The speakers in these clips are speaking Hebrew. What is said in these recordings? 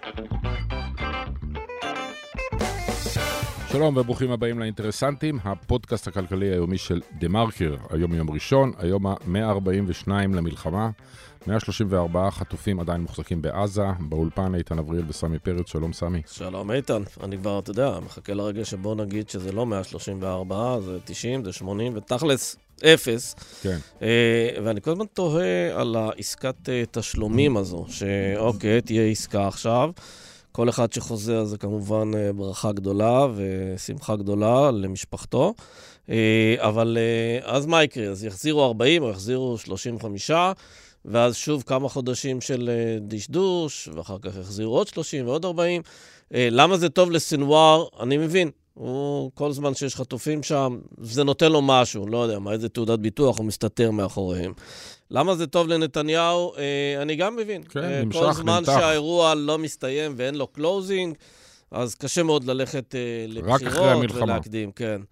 שלום וברוכים הבאים לאינטרסנטים, הפודקאסט הכלכלי היומי של דה מרקר. היום יום ראשון, היום ה-142 למלחמה, 134 חטופים עדיין מוחזקים בעזה, באולפן איתן אבריאל וסמי פרץ. שלום סמי. שלום איתן, אני כבר, אתה יודע, מחכה לרגע שבוא נגיד שזה לא 134, זה 90, זה 80, ותכלס 0. כן. ואני כל הזמן תוהה על העסקת תשלומים הזו, שאוקיי, תהיה עסקה עכשיו, כל אחד שחוזר זה כמובן ברכה גדולה ושמחה גדולה למשפחתו, אבל אז מה יקרה? אז יחזירו 40 או יחזירו 35, ואז שוב כמה חודשים של דשדוש, ואחר כך יחזירו עוד 30 ועוד 40. למה זה טוב לסנואר? אני מבין. הוא, כל זמן שיש חטופים שם, זה נותן לו משהו, לא יודע מה, איזה תעודת ביטוח הוא מסתתר מאחוריהם. למה זה טוב לנתניהו? אני גם מבין. כן, נמשך, כל זמן שהאירוע לא מסתיים ואין לו קלוזינג, אז קשה מאוד ללכת לבחירות ולהקדים, כן.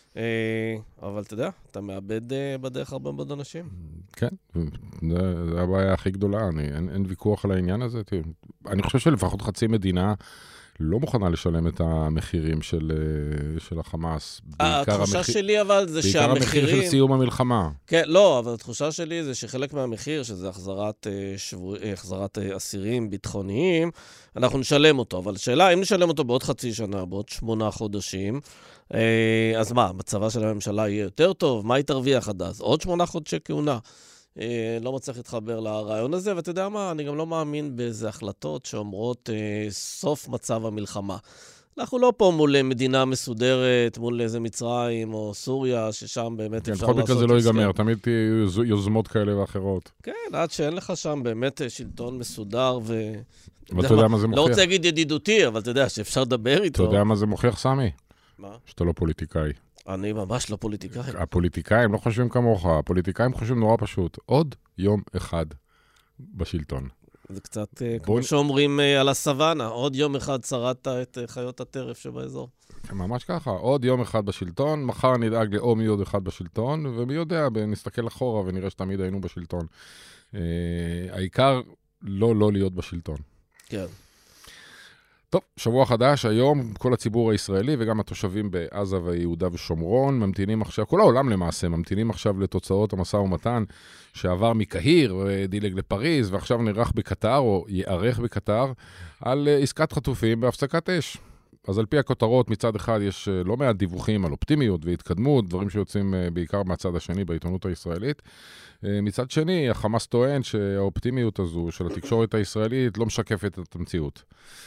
אבל אתה יודע, אתה מאבד בדרך הרבה מאוד אנשים. כן, זה הבעיה הכי גדולה, אין ויכוח על העניין הזה. אני חושב שלפחות חצי מדינה לא מוכנה לשלם את המחירים של החמאס. התחושה שלי אבל זה שהמחירים... בעיקר המחיר של סיום המלחמה. כן, לא, אבל התחושה שלי זה שחלק מהמחיר, שזה החזרת אסירים ביטחוניים, אנחנו נשלם אותו. אבל השאלה, אם נשלם אותו בעוד חצי שנה, בעוד 8 חודשים, אז מה, מצבה של הממשלה יהיה יותר טוב? מה היא תרוויח עד אז? עוד 8 חודשי כהונה. לא מצליח להתחבר לרעיון הזה, ואתה יודע מה, אני גם לא מאמין באיזה החלטות שאומרות סוף מצב המלחמה. אנחנו לא פה מול מדינה מסודרת, מול איזה מצרים או סוריה, ששם באמת אפשר לעשות... כן, בכל מקרה זה לא ייגמר, תמיד תהיו יוזמות כאלה ואחרות. כן, עד שאין לך שם באמת שלטון מסודר אבל אתה יודע מה זה מוכיח? לא רוצה להגיד ידידותי, אבל אתה יודע שאפשר לדבר איתו. אתה יודע מה זה מוכיח, סמי? מה? שאתה לא פוליטיקאי. אני ממש לא פוליטיקאי. הפוליטיקאים לא חושבים כמוך, הפוליטיקאים חושבים נורא פשוט. עוד יום אחד בשלטון. זה קצת כמו שאומרים על הסוואנה, עוד יום אחד צרת את חיות הטרף שבאזור. ממש ככה, עוד יום אחד בשלטון, מחר נדאג לעוד יום אחד בשלטון, ומי יודע, נסתכל אחורה ונראה שתמיד היינו בשלטון. העיקר לא להיות בשלטון. כן. טוב, שבוע חדש, היום כל הציבור הישראלי וגם התושבים בעזה ויהודה ושומרון ממתינים עכשיו, כל העולם למעשה, ממתינים עכשיו לתוצאות המשא ומתן שעבר מקהיר ודילג לפריז ועכשיו נערך בקטר או יערך בקטר על עסקת חטופים בהפסקת אש. אז על פי הכותרות מצד אחד יש לא מעט דיווחים על אופטימיות והתקדמות, דברים שיוצאים בעיקר מהצד השני בעיתונות הישראלית. מצד שני, החמאס טוען שהאופטימיות הזו של התקשורת הישראלית לא משקפת את המציאות.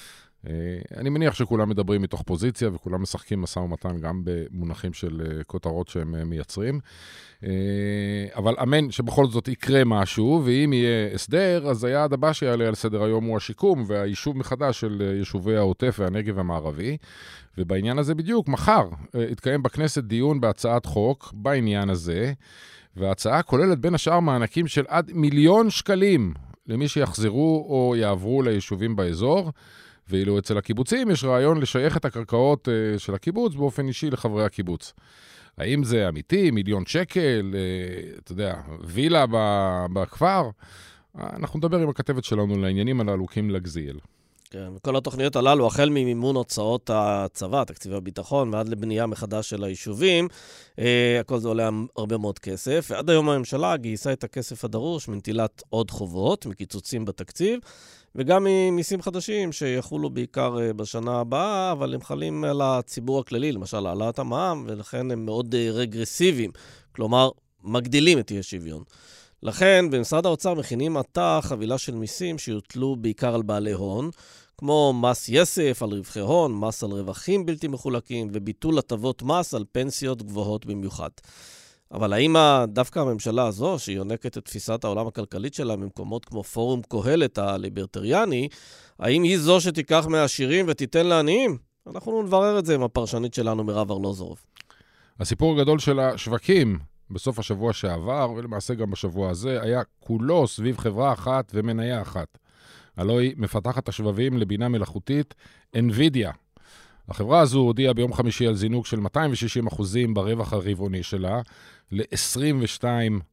אני מניח שכולם מדברים מתוך פוזיציה וכולם משחקים משא ומתן גם במונחים של כותרות שהם מייצרים. אבל אמן שבכל זאת יקרה משהו, ואם יהיה הסדר, אז היעד הבא שיעלה על סדר היום הוא השיקום והיישוב מחדש של יישובי העוטף והנגב המערבי. ובעניין הזה בדיוק, מחר התקיים בכנסת דיון בהצעת חוק בעניין הזה, וההצעה כוללת בין השאר מענקים של עד 1,000,000 שקלים למי שיחזרו או יעברו ליישובים באזור, ואילו אצל הקיבוצים יש רעיון לשייך את הקרקעות של הקיבוץ באופן אישי לחברי הקיבוץ. האם זה אמיתי? 1,000,000 שקל? אתה יודע, וילה בכפר? אנחנו נדבר עם הכתבת שלנו לעניינים הללו, קים לגזיאל. כן, וכל התוכניות הללו, החל ממימון הוצאות הצבא, תקציבי הביטחון, ועד לבנייה מחדש של היישובים, הכל זה עולה הרבה מאוד כסף, ועד היום הממשלה גייסה את הכסף הדרוש מנטילת עוד חובות, מקיצוצים בתקציב, וגם ממיסים חדשים שיחולו בעיקר בשנה הבאה, אבל הם חלים על הציבור הכללי, למשל העלאת המע"מ, ולכן הם מאוד רגרסיביים, כלומר, מגדילים את אי השוויון. לכן, במשרד האוצר מכינים עתה חבילה של מיסים שיוטלו בעיקר על בעלי הון, כמו מס יסף על רווחי הון, מס על רווחים בלתי מחולקים, וביטול הטבות מס על פנסיות גבוהות במיוחד. אבל האם דווקא הממשלה הזו, שיונקת את תפיסת העולם הכלכלית שלה ממקומות כמו פורום קהלת הליברטריאני, האם היא זו שתיקח מהעשירים ותיתן לעניים? אנחנו נברר את זה עם הפרשנית שלנו מירב ארלוזורוב. הסיפור הגדול של השווקים בסוף השבוע שעבר, ולמעשה גם בשבוע הזה, היה כולו סביב חברה אחת ומניה אחת. הלוא היא מפתחת השבבים לבינה מלאכותית, NVIDIA. החברה הזו הודיעה ביום חמישי על זינוק של 260% ברווח הרבעוני שלה, ל-22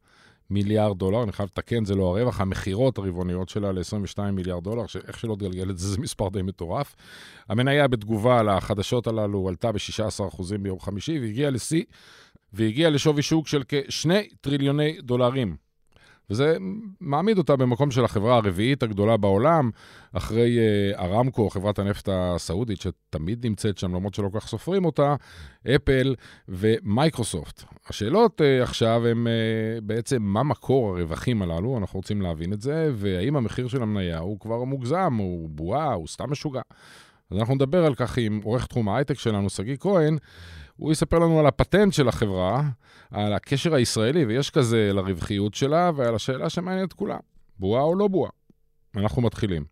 מיליארד דולר, אני חייב לתקן, זה לא הרווח, המחירות הרבעוניות שלה ל-22 מיליארד דולר, שאיך שלא תגלגל את זה, זה מספר די מטורף. המניה בתגובה לחדשות הללו עלתה ב-16% ביום חמישי, והגיעה לשיא, והגיעה לשווי שוק של כ2 טריליוני דולרים. וזה מעמיד אותה במקום של החברה הרביעית הגדולה בעולם, אחרי ארמקו, חברת הנפט הסעודית, שתמיד נמצאת שם, למרות שלא כך סופרים אותה, אפל ומייקרוסופט. השאלות עכשיו הן בעצם מה מקור הרווחים הללו, אנחנו רוצים להבין את זה, והאם המחיר של המניה הוא כבר מוגזם, הוא בועה, הוא סתם משוגע. אז אנחנו נדבר על כך עם עורך תחום ההייטק שלנו, שגיא כהן, הוא יספר לנו על הפטנט של החברה, על הקשר הישראלי, ויש כזה לרווחיות שלה, ועל השאלה שמעניינת כולה, בועה או לא בועה. אנחנו מתחילים.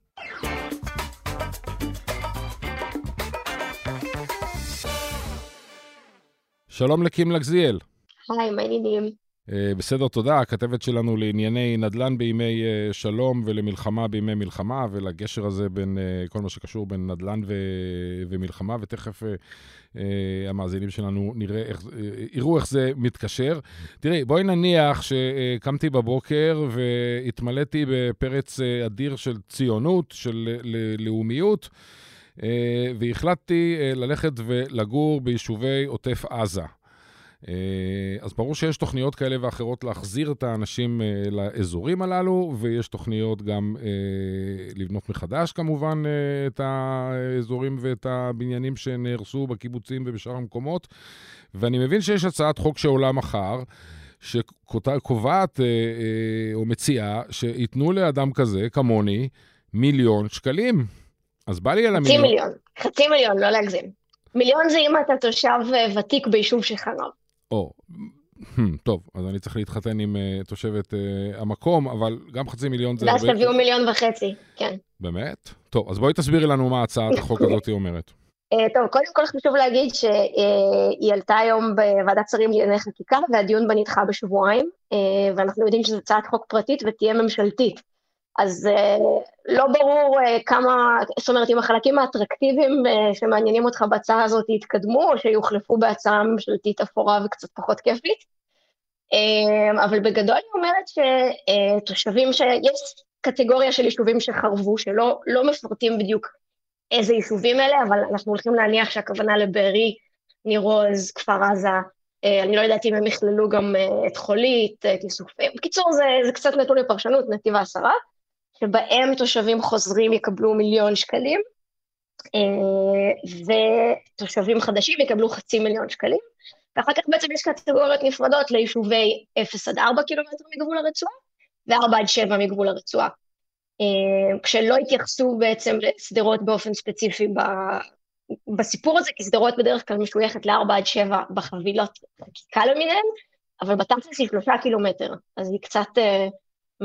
שלום לקים לגזיאל. היי, מה העניינים? בסדר, תודה. הכתבת שלנו לענייני נדל"ן בימי שלום ולמלחמה בימי מלחמה, ולגשר הזה בין כל מה שקשור בין נדל"ן ומלחמה, ותכף המאזינים שלנו יראו איך זה מתקשר. תראי, בואי נניח שקמתי בבוקר והתמלאתי בפרץ אדיר של ציונות, של לאומיות, והחלטתי ללכת ולגור ביישובי עוטף עזה. אז ברור שיש תוכניות כאלה ואחרות להחזיר את האנשים לאזורים הללו, ויש תוכניות גם לבנות מחדש כמובן את האזורים ואת הבניינים שנהרסו בקיבוצים ובשאר המקומות, ואני מבין שיש הצעת חוק שעולה מחר, שקובעת או מציעה שיתנו לאדם כזה, כמוני, 1,000,000 שקלים. אז בא לי על המיליון. חצי מיליון, לא להגזים. 1,000,000 זה אם אתה תושב ותיק ביישוב שחרב. טוב, אז אני צריך להתחתן עם תושבת המקום, אבל גם 500,000 זה... ואז תביאו 1.5 מיליון, כן. באמת? טוב, אז בואי תסבירי לנו מה הצעת החוק הזאת אומרת. טוב, קודם כל חשוב להגיד שהיא עלתה היום בוועדת שרים לענייני חקיקה, והדיון בה נדחה בשבועיים, ואנחנו יודעים שזו הצעת חוק פרטית ותהיה ממשלתית. אז לא ברור כמה, זאת אומרת, אם החלקים האטרקטיביים שמעניינים אותך בהצעה הזאת יתקדמו, או שיוחלפו בהצעה ממשלתית אפורה וקצת פחות כיפית. אבל בגדול אני אומרת שתושבים שיש קטגוריה של יישובים שחרבו, שלא מפרטים בדיוק איזה יישובים אלה, אבל אנחנו הולכים להניח שהכוונה לבארי, ניר עוז, כפר עזה, אני לא יודעת אם הם יכללו גם את חולית, את יסופים. בקיצור, זה קצת נתון לפרשנות, נתיב העשרה, שבהם תושבים חוזרים יקבלו 1,000,000 שקלים, ותושבים חדשים יקבלו 500,000 שקלים, ואחר כך בעצם יש קטגוריות נפרדות ליישובי 0 עד 4 קילומטר מגבול הרצועה, ו4 עד 7 מגבול הרצועה. כשלא התייחסו בעצם לסדרות באופן ספציפי בסיפור הזה, כי סדרות בדרך כלל משויכת ל4 עד 7 בחבילות חקיקה למיניהן, אבל בתכלס היא 3 קילומטר, אז היא קצת לא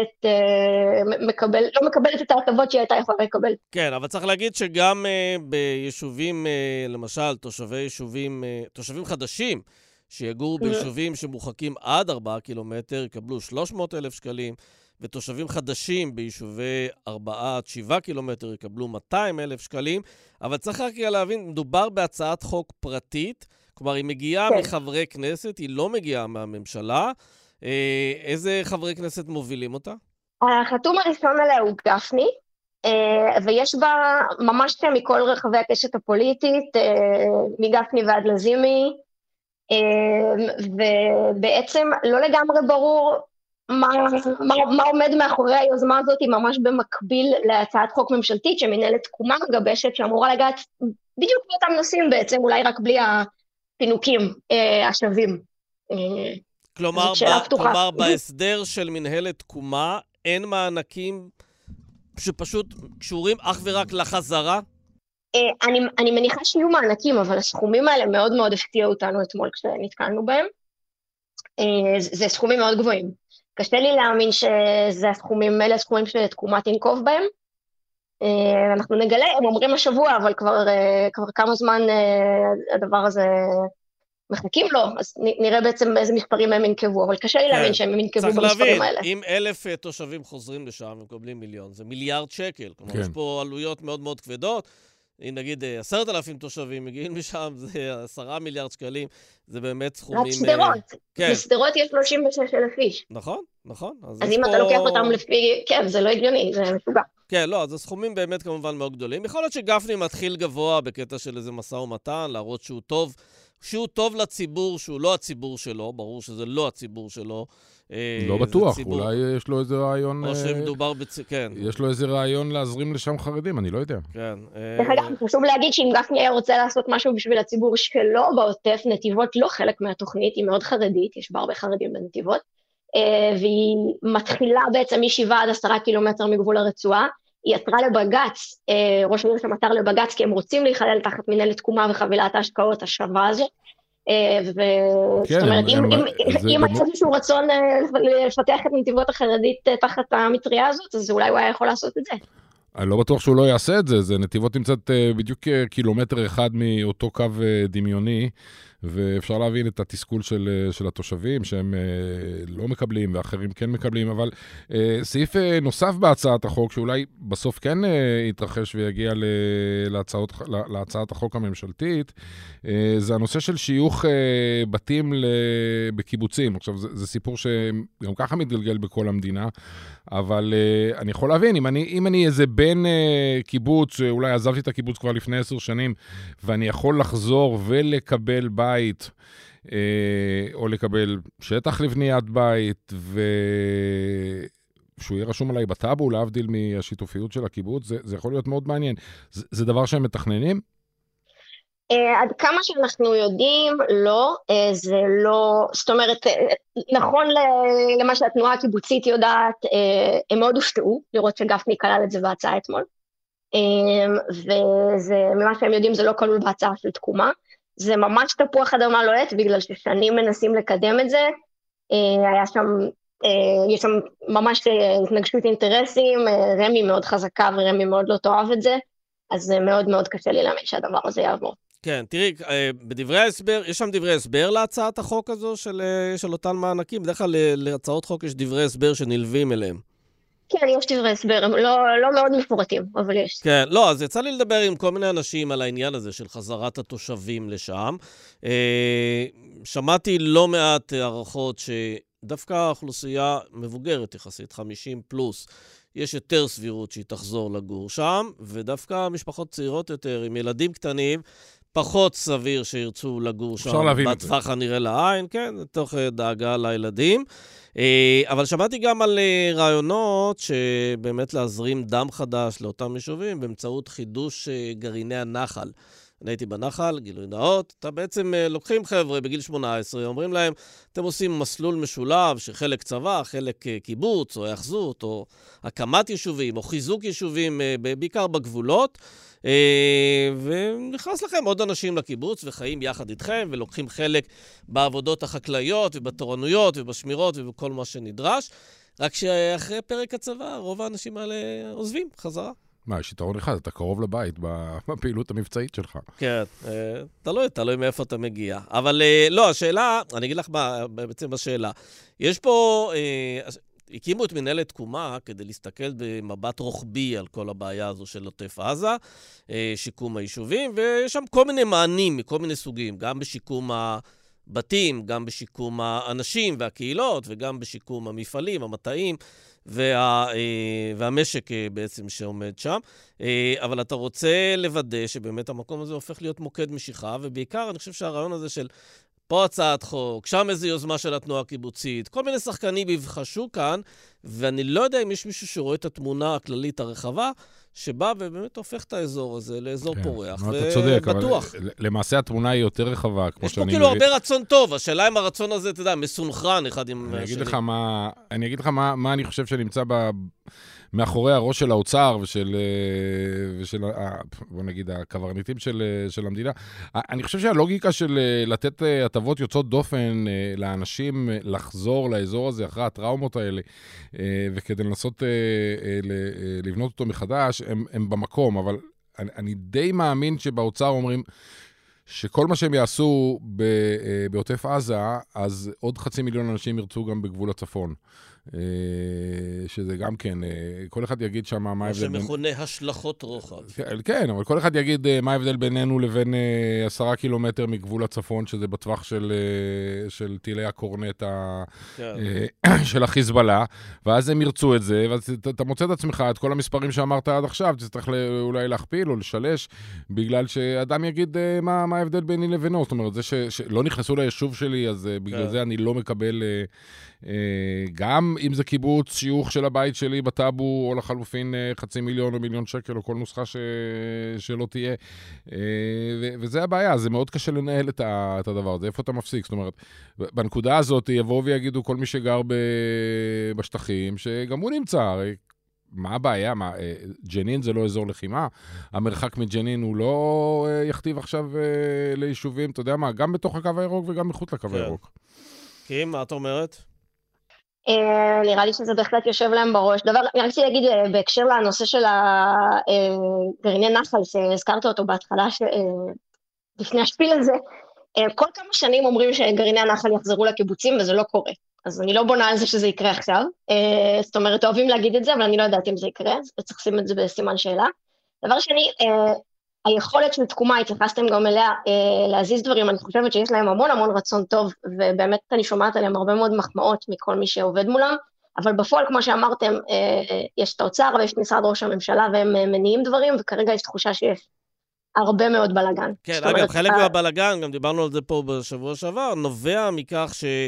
מקבלת את ההטבות שהיא הייתה יכולה לקבל. כן, אבל צריך להגיד שגם ביישובים, למשל, תושבים חדשים, שיגורו ביישובים שמורחקים עד 4 קילומטר, יקבלו 300,000 שקלים, ותושבים חדשים ביישובי 4 עד 7 קילומטר יקבלו 200,000 שקלים, אבל צריך רק להבין, מדובר בהצעת חוק פרטית, כלומר, היא מגיעה מחברי כנסת, היא לא מגיעה מהממשלה. איזה חברי כנסת מובילים אותה? החתום הראשון עליה הוא גפני, ויש בה ממש מכל רחבי הקשת הפוליטית, מגפני ועד לזימי, ובעצם לא לגמרי ברור מה עומד מאחורי היוזמה הזאת, היא ממש במקביל להצעת חוק ממשלתית שמנהלת תקומה מגבשת שאמורה לגעת בדיוק באותם נושאים בעצם, אולי רק בלי הפינוקים השווים. כלומר, בהסדר של מנהלת תקומה, אין מענקים שפשוט קשורים אך ורק לחזרה? אני מניחה שיהיו מענקים, אבל הסכומים האלה מאוד מאוד הפתיעו אותנו אתמול כשנתקלנו בהם. זה סכומים מאוד גבוהים. קשה לי להאמין שזה הסכומים, אלה הסכומים שתקומה תנקוב בהם. אנחנו נגלה, הם אומרים השבוע, אבל כבר כמה זמן הדבר הזה מחכים לו, אז נראה בעצם איזה מספרים הם ינקבו, אבל קשה לי להאמין שהם ינקבו במספרים האלה. אם 1,000 תושבים חוזרים לשם ומקבלים 1,000,000, זה מיליארד שקל. כלומר, יש פה עלויות מאוד מאוד כבדות. נגיד 10,000 תושבים, מגיעים משם, זה 10 מיליארד שקלים, זה באמת סכומים... רק שדרות. כן. בסדרות יש 36,000 איש. נכון, נכון. אז אם אתה לוקח אותם לפי... כן, זה לא הגיוני, זה משוגע. כן, לא, אז הסכומים באמת כמובן מאוד גדולים. יכול להיות שגפני מתחיל גבוה בקטע של איזה משא ומתן, להראות שהוא טוב לציבור, שהוא לא הציבור שלו, ברור שזה לא הציבור שלו. לא בטוח, אולי יש לו איזה רעיון... או שמדובר כן. יש לו איזה רעיון להזרים לשם חרדים, אני לא יודע. כן. דרך אגב, חשוב להגיד שאם גפני היה רוצה לעשות משהו בשביל הציבור שלו בעוטף, נתיבות לא חלק מהתוכנית, היא מאוד חרדית, יש בה הרבה חרדים בנתיבות, והיא מתחילה בעצם מ7 עד 10 קילומטר מגבול הרצועה, היא עתרה לבגץ, ראש העיר שם עתר לבגץ, כי הם רוצים להיכלל תחת מנהלת תקומה וחבילת ההשקעות השווה הזאת, זאת אומרת, אם היה איזשהו רצון לפתח את נתיבות החרדית תחת המטריה הזאת, אז אולי הוא היה יכול לעשות את זה. אני לא בטוח שהוא לא יעשה את זה, זה נתיבות נמצאת בדיוק קילומטר אחד מאותו קו דמיוני, ואפשר להבין את התסכול של התושבים, שהם לא מקבלים ואחרים כן מקבלים, אבל סעיף נוסף בהצעת החוק, שאולי בסוף כן יתרחש ויגיע להצעת החוק הממשלתית, זה הנושא של שיוך בתים בקיבוצים. עכשיו, זה סיפור שגם ככה מתגלגל בכל המדינה, אבל אני יכול להבין, אם אני איזה בן קיבוץ, אולי עזבתי את הקיבוץ כבר לפני 10 שנים, ואני יכול לחזור ולקבל בית, או לקבל שטח לבניית בית, שהוא יהיה רשום עליי בטאבו, להבדיל מהשיתופיות של הקיבוץ, זה יכול להיות מאוד מעניין. זה דבר שהם מתכננים? עד כמה שאנחנו יודעים, לא, זה לא, זאת אומרת, נכון למה שהתנועה הקיבוצית יודעת, הם מאוד הופתעו לראות שגפני כלל את זה בהצעה אתמול, וזה, ממה שהם יודעים, זה לא כלול בהצעה של תקומה, זה ממש תפוח אדמה לוהט, בגלל ששנים מנסים לקדם את זה, יש שם ממש התנגשות אינטרסים, רמי מאוד חזקה ורמי מאוד לא תאהב את זה, אז זה מאוד מאוד קשה לי להאמין שהדבר הזה יעבור. כן, תראי, בדברי ההסבר, יש שם דברי הסבר להצעת החוק הזו של אותן מענקים? בדרך כלל להצעות חוק יש דברי הסבר שנלווים אליהם. כן, יש דברי הסבר, הם לא מאוד מפורטים, אבל יש. כן, לא, אז יצא לי לדבר עם כל מיני אנשים על העניין הזה של חזרת התושבים לשם. שמעתי לא מעט הערכות שדווקא האוכלוסייה מבוגרת יחסית, 50 פלוס, יש יותר סבירות שהיא תחזור לגור שם, ודווקא משפחות צעירות יותר, עם ילדים קטנים, פחות סביר שירצו לגור שם בטווח הנראה לעין, כן, תוך דאגה לילדים. אבל שמעתי גם על רעיונות שבאמת להזרים דם חדש לאותם יישובים באמצעות חידוש גרעיני הנחל. אני הייתי בנחל, גילוי נאות, אתה בעצם לוקחים חבר'ה בגיל 18, אומרים להם, אתם עושים מסלול משולב שחלק צבא, חלק קיבוץ או יחזות או הקמת יישובים או חיזוק יישובים, בעיקר בגבולות, ונכנס לכם עוד אנשים לקיבוץ וחיים יחד איתכם ולוקחים חלק בעבודות החקלאיות ובתורנויות ובשמירות ובכל מה שנדרש, רק שאחרי פרק הצבא רוב האנשים האלה עוזבים חזרה. מה, יש יתרון אחד, אתה קרוב לבית בפעילות המבצעית שלך. כן, תלוי מאיפה אתה מגיע. אבל לא, השאלה, אני אגיד לך בעצם בשאלה, יש פה, הקימו את מנהלת תקומה כדי להסתכל במבט רוחבי על כל הבעיה הזו של עוטף עזה, שיקום היישובים, ויש שם כל מיני מענים מכל מיני סוגים, גם בשיקום הבתים, גם בשיקום האנשים והקהילות, וגם בשיקום המפעלים, המטעים, והמשק בעצם שעומד שם. אבל אתה רוצה לוודא שבאמת המקום הזה הופך להיות מוקד משיכה, ובעיקר אני חושב שהרעיון הזה של פה הצעת חוק, שם איזו יוזמה של התנועה הקיבוצית, כל מיני שחקנים יבחשו כאן, ואני לא יודע אם יש מישהו שרואה את התמונה הכללית הרחבה, שבא ובאמת הופך את האזור הזה לאזור פורח, ובטוח. למעשה התמונה היא יותר רחבה, כמו שאני יש פה כאילו הרבה רצון טוב, השאלה אם הרצון הזה, אתה יודע, מסונכרן אחד עם השני. אני אגיד לך מה אני חושב שנמצא מאחורי הראש של האוצר ושל בוא נגיד, הקברניטים של המדינה. אני חושב שהלוגיקה של לתת הטבות יוצאות דופן לאנשים לחזור לאזור הזה אחרי הטראומות האלה, וכדי לנסות לבנות אותו מחדש, הם במקום, אבל אני די מאמין שבאוצר אומרים שכל מה שהם יעשו בעוטף עזה, אז עוד 500,000 אנשים ירצו גם בגבול הצפון. שזה גם כן, כל אחד יגיד שם מה ההבדל מה שמכונה השלכות רוחב. כן, אבל כל אחד יגיד מה ההבדל בינינו לבין 10 קילומטר מגבול הצפון, שזה בטווח של טילי הקורנט של החיזבאללה, ואז הם ירצו את זה, ואז אתה מוצא את עצמך, את כל המספרים שאמרת עד עכשיו, תצטרך אולי להכפיל או לשלש, בגלל שאדם יגיד מה ההבדל ביני לבינו, זאת אומרת, זה שלא נכנסו ליישוב שלי, אז בגלל זה אני לא מקבל, גם אם זה קיבוץ שיוך של הבית שלי בטאבו, או לחלופין 500,000 או 1,000,000 שקל, או כל נוסחה שלא תהיה. וזה הבעיה, זה מאוד קשה לנהל את הדבר הזה. איפה אתה מפסיק? זאת אומרת, בנקודה הזאת יבואו ויגידו כל מי שגר בשטחים, שגם הוא נמצא, הרי מה הבעיה? ג'נין זה לא אזור לחימה? המרחק מג'נין הוא לא יכתיב עכשיו ליישובים, אתה יודע מה, גם בתוך הקו הירוק וגם מחוץ לקו הירוק. קים, מה את אומרת? נראה לי שזה בהחלט יושב להם בראש. אני רציתי להגיד בהקשר לנושא של גרעיני נחל, שהזכרת אותו בהתחלה, לפני השפיל הזה, כל כמה שנים אומרים שגרעיני הנחל יחזרו לקיבוצים, וזה לא קורה. אז אני לא בונה על זה שזה יקרה עכשיו. זאת אומרת, אוהבים להגיד את זה, אבל אני לא יודעת אם זה יקרה, אז צריך לשים את זה בסימן שאלה. דבר שני, היכולת של תקומה, התייחסתם גם אליה, להזיז דברים, אני חושבת שיש להם המון המון רצון טוב, ובאמת אני שומעת עליהם הרבה מאוד מחמאות מכל מי שעובד מולם, אבל בפועל, כמו שאמרתם, יש את האוצר ויש את משרד ראש הממשלה, והם מניעים דברים, וכרגע יש תחושה שיש הרבה מאוד בלגן. כן, אגב, חלק מהבלגן, גם דיברנו על זה פה בשבוע שעבר, נובע מכך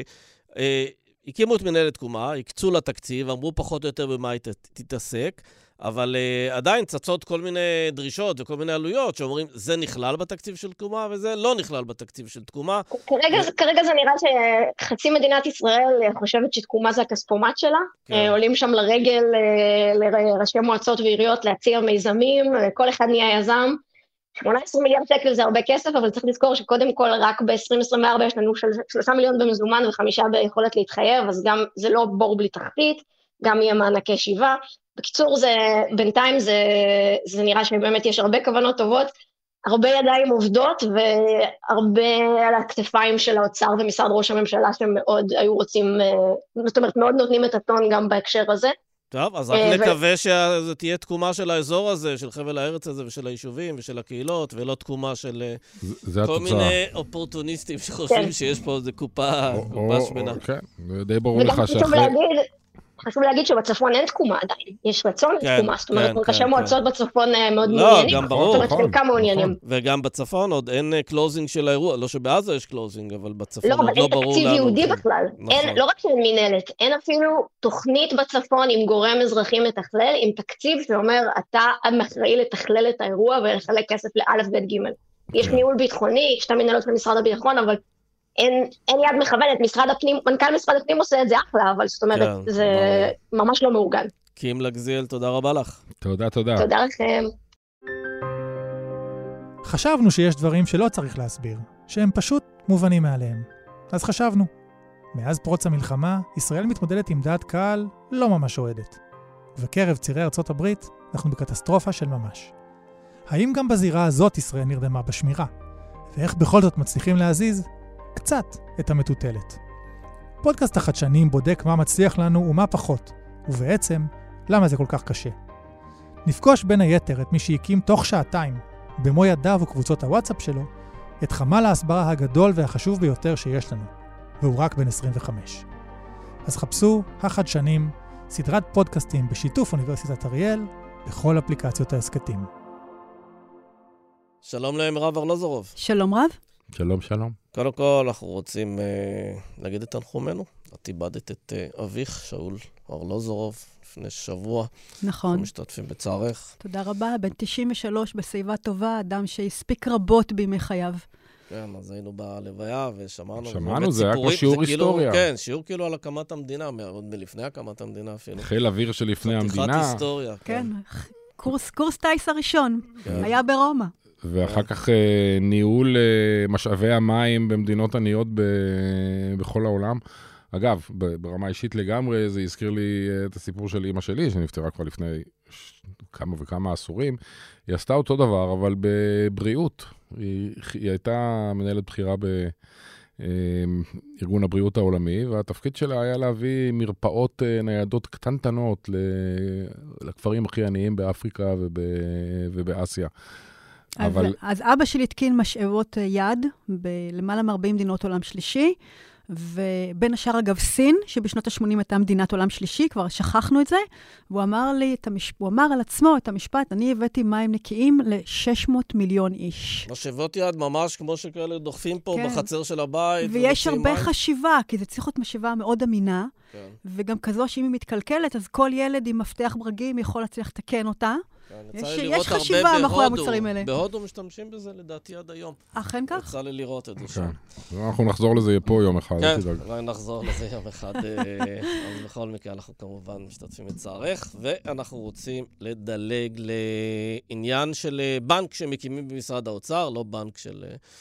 שהקימו את מנהלת תקומה, הקצו לה תקציב, אמרו פחות או יותר במה היא תתעסק, אבל עדיין צצות כל מיני דרישות וכל מיני עלויות שאומרים, זה נכלל בתקציב של תקומה וזה לא נכלל בתקציב של תקומה. כרגע זה נראה שחצי מדינת ישראל חושבת שתקומה זה הכספומט שלה, עולים שם לרגל לראשי מועצות ועיריות להציע מיזמים, כל אחד נהיה יזם. 18 מיליארד שקל זה הרבה כסף, אבל צריך לזכור שקודם כל רק ב-2024 יש לנו 3 מיליון במזומן ו5 ביכולת להתחייב, אז גם זה לא בור בלי תחתית, גם יהיה מענקי שיבה. בקיצור, בינתיים זה נראה שבאמת יש הרבה כוונות טובות, הרבה ידיים עובדות, והרבה על הכתפיים של האוצר ומשרד ראש הממשלה, שמאוד היו רוצים, זאת אומרת, מאוד נותנים את הטון גם בהקשר הזה. טוב, אז רק נקווה שזה תהיה תקומה של האזור הזה, של חבל הארץ הזה, ושל היישובים, ושל הקהילות, ולא תקומה של כל מיני אופורטוניסטים שחושבים שיש פה איזו קופה שמנה. כן, די ברור לך שאחרי... חשוב להגיד שבצפון אין תקומה עדיין, יש רצון לתקומה, זאת אומרת, ראשי מועצות בצפון מאוד מעוניינים. לא, גם ברור. זאת אומרת, חלקם מעוניינים. וגם בצפון עוד אין קלוזינג של האירוע, לא שבעזה יש קלוזינג, אבל בצפון עוד לא ברור. לא, אין תקציב יהודי בכלל. לא רק שאין מנהלת, אין אפילו תוכנית בצפון עם גורם אזרחי מתכלל, עם תקציב שאומר, אתה אחראי לתכלל את האירוע ולחלק כסף לאלף בית ג'. יש ניהול ביטחוני, יש את המנהלות של משרד הביטחון, אבל אין יד מכוונת, משרד הפנים, מנכ"ל משרד הפנים עושה את זה אחלה, אבל זאת אומרת, זה ממש לא מאורגן. קים לגזיאל, תודה רבה לך. תודה. תודה לכם. חשבנו שיש דברים שלא צריך להסביר, שהם פשוט מובנים מעליהם. אז חשבנו. מאז פרוץ המלחמה, ישראל מתמודדת עם דעת קהל לא ממש אוהדת. ובקרב צירי ארצות הברית, אנחנו בקטסטרופה של ממש. האם גם בזירה הזאת ישראל נרדמה בשמירה? ואיך בכל זאת מצליחים להזיז קצת את המטוטלת. פודקאסט החדשנים בודק מה מצליח לנו ומה פחות, ובעצם למה זה כל כך קשה. נפגוש בין היתר את מי שהקים תוך שעתיים, במו ידיו וקבוצות הוואטסאפ שלו, את חמ"ל ההסברה הגדול והחשוב ביותר שיש לנו, והוא רק בן 25. אז חפשו החדשנים, סדרת פודקאסטים בשיתוף אוניברסיטת אריאל, בכל אפליקציות העסקתים. שלום למירב ארלוזורוב. שלום רב. שלום. קודם כל, אנחנו רוצים להגיד את תנחומינו. את איבדת את אביך, שאול ארלוזורוב, לפני שבוע. נכון. אנחנו משתתפים בצערך. תודה רבה. בן 93 בשיבה טובה, אדם שהספיק רבות בימי חייו. כן, אז היינו בלוויה ושמענו. שמענו, זה היה כמו שיעור היסטוריה. כן, שיעור כאילו על הקמת המדינה, עוד מלפני הקמת המדינה אפילו. חיל אוויר שלפני המדינה. חתיכת היסטוריה. כן, קורס טייס הראשון. היה ברומא. ואחר כך ניהול משאבי המים במדינות עניות בכל העולם. אגב, ברמה אישית לגמרי, זה הזכיר לי את הסיפור של אמא שלי, שנפטרה כבר לפני כמה וכמה עשורים. היא עשתה אותו דבר, אבל בבריאות. היא הייתה מנהלת בחירה ארגון הבריאות העולמי, והתפקיד שלה היה להביא מרפאות ניידות קטנטנות לכפרים הכי עניים באפריקה ובאסיה. אז אבא שלי התקין משאבות יד בלמעלה מ-40 מדינות עולם שלישי, ובין השאר אגב סין, שבשנות ה-80 הייתה מדינת עולם שלישי, כבר שכחנו את זה, והוא אמר על עצמו את המשפט, אני הבאתי מים נקיים ל-600 מיליון איש. משאבות יד ממש כמו שכאלה דוחפים פה בחצר של הבית. ויש הרבה חשיבה, כי זה צריך להיות משאבה מאוד אמינה, וגם כזו שאם היא מתקלקלת, אז כל ילד עם מפתח ברגים יכול להצליח לתקן אותה. יש חשיבה מאחורי המוצרים האלה. בהודו משתמשים בזה לדעתי עד היום. אכן כך? יצא לי לראות את זה שם. אנחנו נחזור לזה פה יום אחד. כן, אולי נחזור לזה יום אחד. אז בכל מקרה אנחנו כמובן משתתפים את צערך, ואנחנו רוצים לדלג לעניין של בנק שמקימים במשרד האוצר, לא בנק של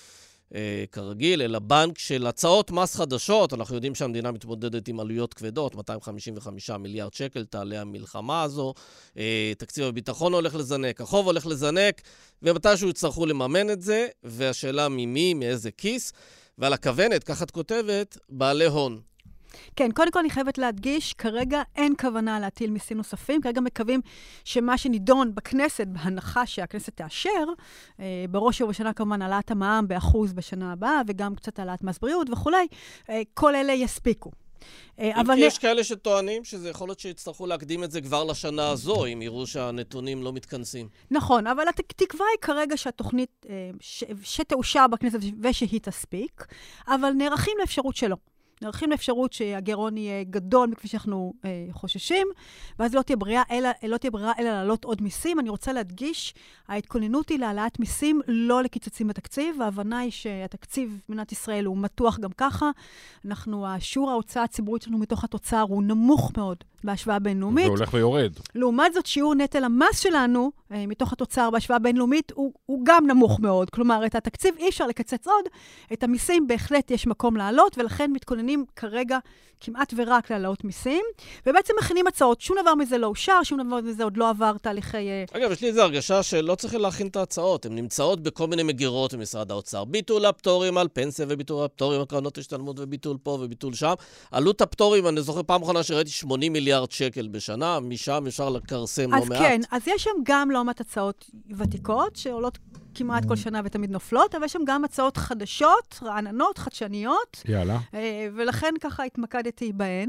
כרגיל, אלא בנק של הצעות מס חדשות. אנחנו יודעים שהמדינה מתמודדת עם עלויות כבדות, 255 מיליארד שקל, תעלה המלחמה הזו, תקציב הביטחון הולך לזנק, החוב הולך לזנק, ומתישהו יצטרכו לממן את זה, והשאלה ממי, מאיזה כיס, ועל הכוונת, ככה את כותבת, בעלי הון. כן, קודם כל אני חייבת להדגיש, כרגע אין כוונה להטיל מיסים נוספים, כרגע מקווים שמה שנידון בכנסת, בהנחה שהכנסת תאשר, בראש ובשנה כמובן העלאת המע"מ באחוז בשנה הבאה, וגם קצת העלאת מס בריאות וכולי, כל אלה יספיקו. אבל יש כאלה שטוענים שזה יכול להיות שיצטרכו להקדים את זה כבר לשנה הזו, אם יראו שהנתונים לא מתכנסים. נכון, אבל התקווה היא כרגע שהתוכנית שתאושר בכנסת ושהיא תספיק, אבל נערכים לאפשרות שלו. נערכים לאפשרות שהגירעון יהיה גדול מכפי שאנחנו חוששים, ואז לא תהיה ברירה אלא לעלות עוד מיסים. אני רוצה להדגיש, ההתכוננות היא להעלאת מיסים, לא לקיצוצים בתקציב. ההבנה היא שהתקציב במדינת ישראל הוא מתוח גם ככה. השיעור ההוצאה הציבורית שלנו מתוך התוצר הוא נמוך מאוד בהשוואה בינלאומית. והולך ויורד. לעומת זאת, שיעור נטל המס שלנו מתוך התוצר בהשוואה בינלאומית הוא גם נמוך מאוד. כלומר, את התקציב אי אפשר לקצץ עוד, את המיסים בהחלט יש מקום לעלות, ולכן מתכוננים כרגע כמעט ורק להעלות מיסים, ובעצם מכינים הצעות. שום דבר מזה לא אושר, שום דבר מזה עוד לא עבר תהליכי... אגב, יש לי איזו הרגשה שלא צריכים להכין את ההצעות. הן נמצאות בכל מיני מגירות במשרד האוצר. ביטול הפטורים על פנסיה וביטול הפטורים על קרנות השתלמות וביטול פה וביטול שם. עלות הפטורים, אני זוכר פעם אחרונה שראיתי 80 מיליארד שקל בשנה, משם אפשר לקרסם לא מעט. אז כן, אז יש שם גם לא מעט הצעות ותיקות שעולות כמעט כל שנה ותמיד נופלות, אבל יש שם גם הצעות חדשות, רעננות, חדשניות. יאללה. ולכן ככה התמקדתי בהן.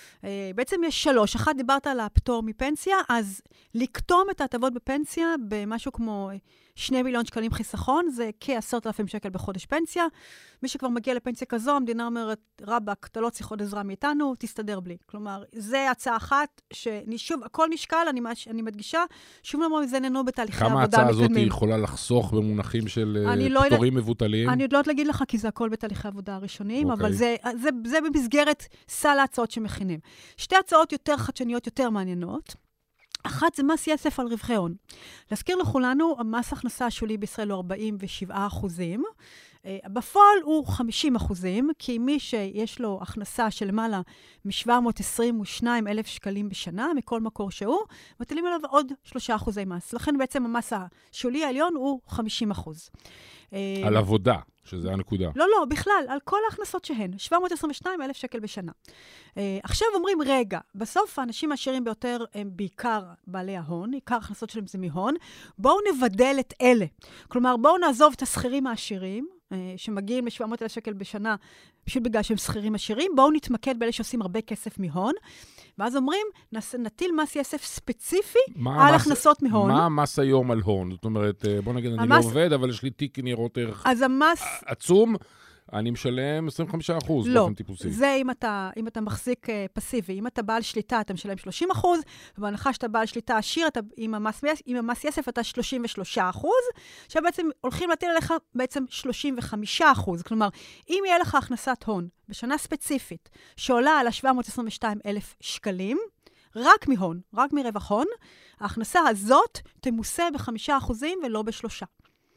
בעצם יש 3. אחת, דיברת על הפטור מפנסיה, אז לקטום את ההטבות בפנסיה במשהו כמו 2 מיליון שקלים חיסכון, זה כ-10,000 שקל בחודש פנסיה. מי שכבר מגיע לפנסיה כזו, המדינה אומרת, רבק, אתה לא צריך עוד עזרה מאיתנו, תסתדר בלי. כלומר, זה הצעה אחת, ששוב, הכל נשקל, אני מדגישה, שום דבר מזה נהנו בתהליכי עבודה מתקדמים. כמה ההצעה הזאת יכולה לחסוך במונחים של פטורים מבוטלים? אני לא להגיד לך, כי זה הכל בתהליכי עבודה הראשונים, אבל זה במסגרת סל ההצעות שמכינים. 2 הצעות יותר חדשניות, יותר מעניינות. אחת זה מס יסף על רווחי הון. להזכיר לכולנו, המס הכנסה השולי בישראל הוא 47%. בפועל הוא 50%, כי מי שיש לו הכנסה של למעלה מ-722,000 שקלים בשנה, מכל מקור שהוא, מטילים עליו עוד 3% מס. לכן בעצם המס השולי העליון הוא 50%. על עבודה, שזה הנקודה. לא, בכלל, על כל ההכנסות שהן, 722,000 שקל בשנה. עכשיו אומרים, רגע, בסוף האנשים העשירים ביותר הם בעיקר בעלי ההון, עיקר ההכנסות שלהם זה מהון, בואו נבדל את אלה. כלומר, בואו נעזוב את השכירים העשירים, שמגיעים ל-700,000 שקל בשנה, פשוט בגלל שהם שכירים עשירים, בואו נתמקד באלה שעושים הרבה כסף מהון, ואז אומרים, נטיל מס יסף ספציפי על הכנסות מהון. מה המס היום על הון? זאת אומרת, בוא נגיד, אני לא עובד, אבל יש לי תיק ניירות ערך עצום, אני משלם 25%. לא, זה אם אתה מחזיק פסיבי. אם אתה בעל שליטה, אתה משלם 30%, ובהנחה שאתה בעל שליטה עשיר, עם המס יסף אתה 33%, שבעצם הולכים להטיל עליך בעצם 35%. כלומר, אם יהיה לך הכנסת הון בשנה ספציפית, שעולה על ה-722,000 שקלים, רק מהון, רק מרווח הון, ההכנסה הזאת תמוסה ב5% ולא ב3%.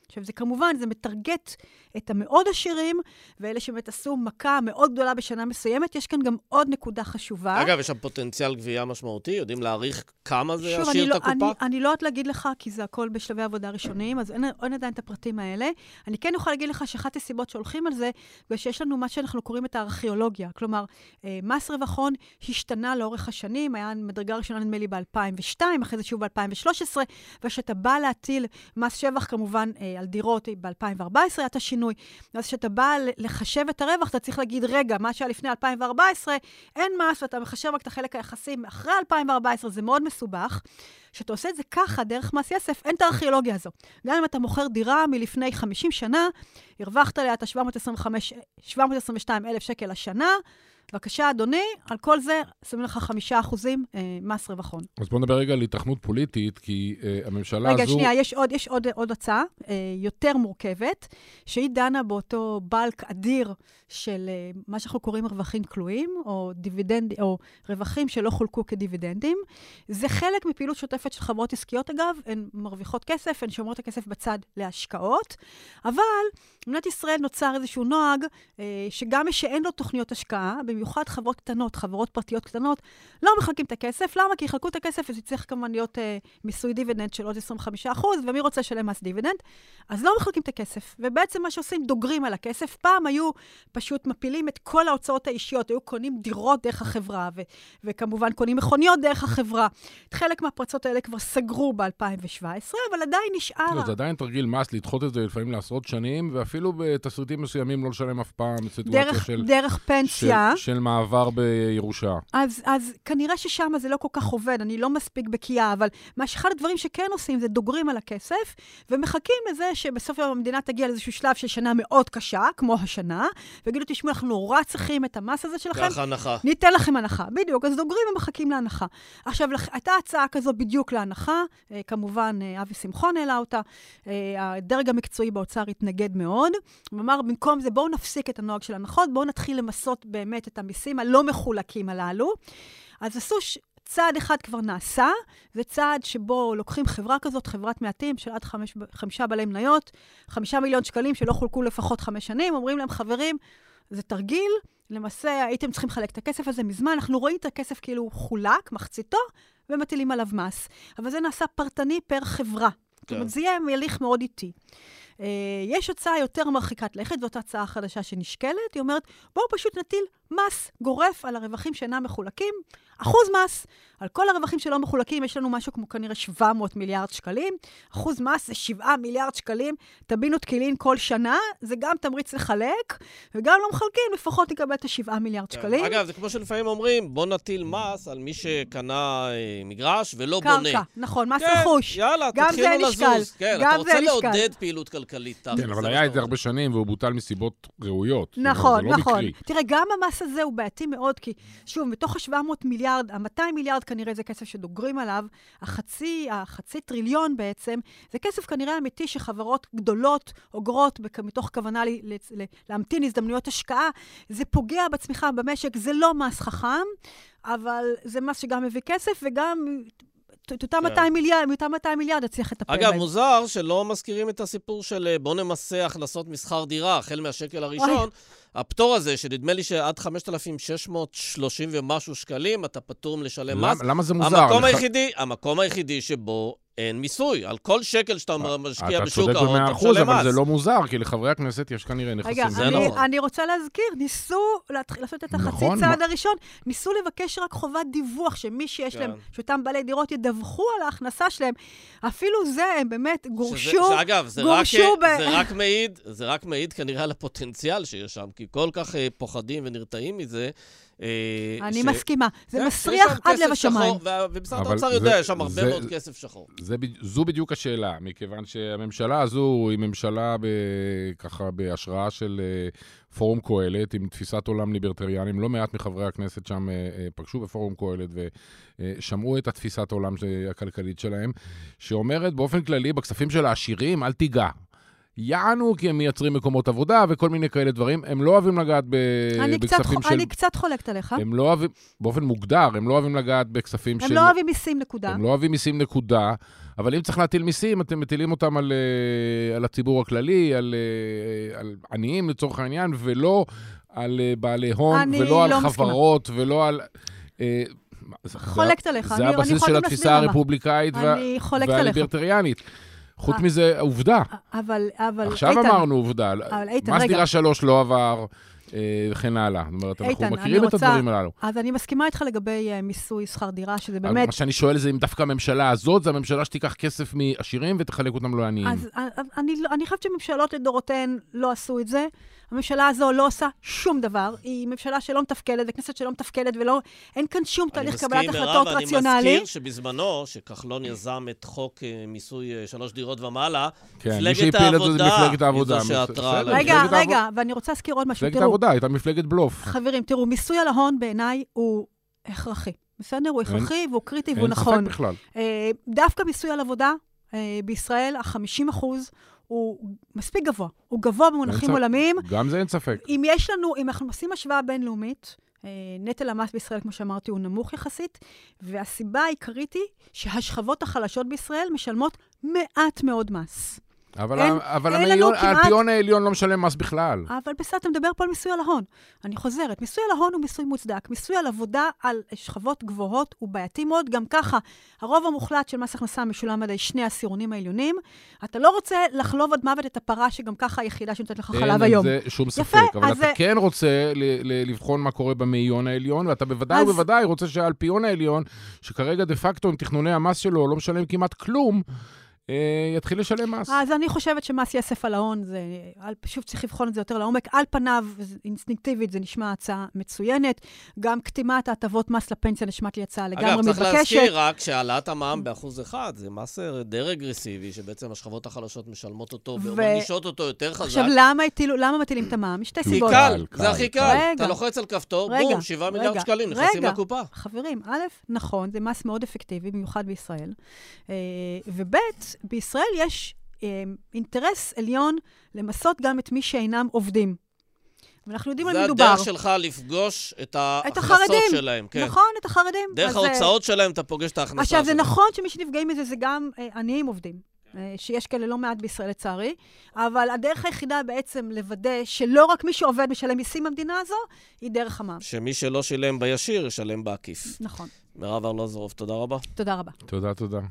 עכשיו, זה כמובן, זה מטרגט את המאוד עשירים, ואלה שבאמת עשו מכה מאוד גדולה בשנה מסוימת. יש כאן גם עוד נקודה חשובה. אגב, יש שם פוטנציאל גבייה משמעותי? יודעים להעריך כמה זה ישאיר את הקופה? אני לא יודעת להגיד לך, כי זה הכל בשלבי עבודה ראשוניים, אז אין עדיין את הפרטים האלה. אני כן יכול להגיד לך שאחת הסיבות שהולכים על זה, ושיש לנו מה שאנחנו קוראים את הארכיאולוגיה. כלומר, מס רווח הון השתנה לאורך השנים, היה מדרגה ראשונה נדמה לי ב-2002, אחרי זה שוב ב-2013, ושאתה בא להטיל מס שבח כמובן על דירות ב-2014, היה את השינוי. אז כשאתה בא לחשב את הרווח, אתה צריך להגיד, רגע, מה שהיה לפני 2014, אין מס, ואתה מחשב רק את החלק היחסים אחרי 2014, זה מאוד מסובך. כשאתה עושה את זה ככה, דרך מס יסף, אין את הארכיאולוגיה הזו. גם אם אתה מוכר דירה מלפני 50 שנה, הרווחת עליה את ה-722,000 שקל לשנה, בבקשה, אדוני, על כל זה שמים לך 5% מס רווח הון. אז בוא נדבר רגע על התכנות פוליטית, כי הממשלה הזו... רגע, שנייה, יש עוד הצעה יותר מורכבת, שהיא דנה באותו בלק אדיר של מה שאנחנו קוראים רווחים כלואים, או רווחים שלא חולקו כדיבידנדים. זה חלק מפעילות שוטפת של חברות עסקיות, אגב, הן מרוויחות כסף, הן שומרות הכסף בצד להשקעות, אבל במדינת ישראל נוצר איזשהו נוהג, שגם מי שאין לו תוכניות השקעה, במיוחד חברות קטנות, חברות פרטיות קטנות, לא מחלקים את הכסף. למה? כי יחלקו את הכסף, אז צריך כמובן להיות מיסוי דיבידנד של עוד 25%, ומי רוצה לשלם מס דיבידנד? אז לא מחלקים את הכסף. ובעצם מה שעושים, דוגרים על הכסף. פעם היו פשוט מפילים את כל ההוצאות האישיות, היו קונים דירות דרך החברה, וכמובן קונים מכוניות דרך החברה. את חלק מהפרצות האלה כבר סגרו ב-2017, אבל עדיין נשאר... זה עדיין תרגיל מס, לדחות את זה לפעמים לעשרות שנים, ואפילו בתסריטים מסוימים לא לשלם אף פעם דרך פנסיה. של מעבר בירושה. אז כנראה ששם זה לא כל כך עובד, אני לא מספיק בקיאה, אבל אחד הדברים שכן עושים זה דוגרים על הכסף, ומחכים לזה שבסוף המדינה תגיע לאיזשהו שלב של שנה מאוד קשה, כמו השנה, ויגידו, תשמעו, אנחנו נורא צריכים את המס הזה שלכם. ככה הנחה. ניתן לכם הנחה, בדיוק, אז דוגרים ומחכים להנחה. עכשיו, הייתה הצעה כזו בדיוק להנחה, כמובן, אבי שמחון העלה אותה, הדרג המקצועי באוצר התנגד מאוד, ואמר, במקום זה, בואו נפסיק את הנוהג של הנחות, בואו נתחיל למסות באמת את המיסים הלא מחולקים הללו. אז עשו צעד אחד כבר נעשה, זה צעד שבו לוקחים חברה כזאת, חברת מעטים של עד 5 בעלי מניות, 5 מיליון שקלים שלא חולקו לפחות 5 שנים, אומרים להם, חברים, זה תרגיל, למעשה הייתם צריכים לחלק את הכסף הזה מזמן, אנחנו רואים את הכסף כאילו הוא חולק, מחציתו, ומטילים עליו מס. אבל זה נעשה פרטני פר חברה. זאת אומרת, זה יהיה מהליך מאוד איטי. יש הצעה יותר מרחיקת לכת, זאת הצעה חדשה שנשקלת, היא אומרת, בואו פשוט נטיל מס גורף על הרווחים שאינם מחולקים, 1% מס. על כל הרווחים שלא מחולקים, יש לנו משהו כמו כנראה 700 מיליארד שקלים, 1% מס זה 7 מיליארד שקלים, טבינו תקילין כל שנה, זה גם תמריץ לחלק, וגם לא מחלקים, לפחות יקבל את 7 מיליארד שקלים. אגב, זה כמו שלפעמים אומרים, בוא נטיל מס על מי שקנה מגרש ולא בונה. קרקע, נכון, מס רכוש. יאללה, תתחילו לזוז. כן, אתה רוצה לעודד פעילות כלכלית. כן, אבל היה את זה הרבה שנים, והוא בוטל מסיבות ראויות. נכון, נכון. תראה, גם המס הזה הוא בעייתי מאוד, כי שוב, מתוך ה-700 מיליארד, ה-200 מיליארד כנראה זה כסף שדוגרים עליו, החצי טריליון בעצם, זה כסף כנראה אמיתי שחברות גדולות אוגרות מתוך כוונה להמתין הזדמנויות השקעה, זה פוגע בצמיחה במשק, זה לא מס חכם, אבל זה מס שגם מביא כסף וגם... את אותם 200 מיליארד הצליח לטפל בהם. אגב, מוזר שלא מזכירים את הסיפור של בוא נמסה הכנסות מסחר דירה, החל מהשקל הראשון. הפטור הזה, שנדמה לי שעד 5,630 ומשהו שקלים, אתה פטור לשלם מס. למה זה מוזר? המקום היחידי שבו אין מיסוי. על כל שקל שאתה משקיע בשוק ההון, אתה צודק ב100%, אבל זה לא מוזר, כי לחברי הכנסת יש כנראה נכסים. רגע, אני רוצה להזכיר, ניסו לעשות את החצי צעד הראשון, ניסו לבקש רק חובת דיווח, שמי שיש להם, שאותם בעלי דירות ידווחו על ההכנסה שלהם. אפילו זה, הם באמת גורשו. אגב, זה רק מעיד כנראה על הפוטנציאל שיש שם, כי כל כך פוחדים ונרתעים מזה, אני מסכימה. זה מסריח עד לב השמיים. ובמשרד האוצר יודע, יש שם הרבה מאוד כסף שחור. זו בדיוק השאלה, מכיוון שהממשלה הזו היא ממשלה ככה בהשראה של פורום קהלת, עם תפיסת עולם ליברטריאנים. לא מעט מחברי הכנסת שם פגשו בפורום קהלת ושמעו את התפיסת העולם הכלכלית שלהם, שאומרת באופן כללי, בכספים של העשירים, אל תיגע. יענו, כי הם מייצרים מקומות עבודה וכל מיני כאלה דברים. הם לא אוהבים לגעת בכספים של... אני קצת חולקת עליך. הם לא אוהבים, באופן מוגדר, הם לא אוהבים לגעת בכספים של... הם לא אוהבים מיסים, נקודה. הם לא אוהבים מיסים, נקודה. אבל אם צריך להטיל מיסים, אתם מטילים אותם על הציבור הכללי, על עניים לצורך העניין, ולא על בעלי הון, ולא על חברות, ולא על... חולקת עליך. זה הבסיס של התפיסה הרפובליקאית והליברטריאנית. חוץ מזה, עובדה. אבל עכשיו אמרנו עובדה. מס דירה 3 לא עבר, וכן הלאה. זאת אומרת, אנחנו מכירים את הדברים הללו. אז אני מסכימה איתך לגבי מיסוי שכר דירה, שזה באמת... מה שאני שואל זה אם דווקא הממשלה הזאת, זה הממשלה שתיקח כסף מעשירים ותחלק אותם לעניים. אז אני חושבת שממשלות לדורותיהן לא עשו את זה. הממשלה הזו לא עושה שום דבר. היא ממשלה שלא מתפקדת, וכנסת שלא מתפקדת, אין כאן שום תהליך קבלת החלטות רציונלי. אני מזכיר שבזמנו, שכחלון יזם את חוק מיסוי 3 דירות ומעלה, מפלגת העבודה היא זו שעתרה. רגע, ואני רוצה להזכיר עוד משהו. מפלגת העבודה, הייתה מפלגת בלוף. חברים, תראו, מיסוי על ההון בעיניי הוא הכרחי. בסדר? הוא הכרחי והוא קריטי והוא נכון. אין ספק בכלל. דווקא מיסוי על עבודה, בישראל, 50% הוא מספיק גבוה. הוא גבוה במונחים עולמיים. גם זה אין ספק. אם אנחנו עושים השוואה בינלאומית, נטל המס בישראל, כמו שאמרתי, הוא נמוך יחסית, והסיבה העיקרית היא שהשכבות החלשות בישראל משלמות מעט מאוד מס. אבל האלפיון העליון לא משלם מס בכלל. אבל בסדר, אתה מדבר פה על מיסוי על ההון. אני חוזרת, מיסוי על ההון הוא מיסוי מוצדק. מיסוי על עבודה על שכבות גבוהות הוא בעייתי מאוד. גם ככה, הרוב המוחלט של מס הכנסה משולם על שני העשירונים העליונים. אתה לא רוצה לחלוב עד מוות את הפרה שגם ככה היחידה שנותנת לך חלב היום. אין זה שום ספק. אבל אתה כן רוצה לבחון מה קורה במאיון העליון, ואתה בוודאי ובוודאי רוצה שהאלפיון העליון, שכרגע דה פקטו עם תכנוני המס שלו לא משלם כמעט כלום, יתחיל לשלם מס. אז אני חושבת שמס יסף על ההון, פשוט צריך לבחון את זה יותר לעומק. על פניו, אינסטינקטיבית, זה נשמע הצעה מצוינת. גם קטימת ההטבות מס לפנסיה נשמעת לי הצעה לגמרי מתבקשת. אגב, צריך להזכיר רק שהעלאת המע"מ ב1%, זה מס די רגרסיבי, שבעצם השכבות החלשות משלמות אותו, ומרגישות אותו יותר חזק. עכשיו, למה מטילים את המע"מ? משתי סיבות. זה הכי קל. אתה לוחץ על כפתור, בום, 7 מיליארד שקלים, נכנסים לקופה. חברים, א', נכון, זה מס מאוד אפקטיבי, במיוחד בישראל. וב', בישראל יש אינטרס עליון למסות גם את מי שאינם עובדים. ואנחנו יודעים על מי מדובר. זה הדרך שלך לפגוש את ההכנסות שלהם. כן. נכון, את החרדים. דרך ההוצאות שלהם אתה פוגש את ההכנסה עכשיו, זה נכון שמי שנפגעים מזה זה גם עניים עובדים. שיש כאלה לא מעט בישראל לצערי, אבל הדרך היחידה בעצם לוודא שלא רק מי שעובד משלם מיסים במדינה הזו, היא דרך המע"מ. שמי שלא שילם בישיר, ישלם בעקיף. נכון. מירב ארלוזורוב, תודה רבה. תודה רבה. תודה.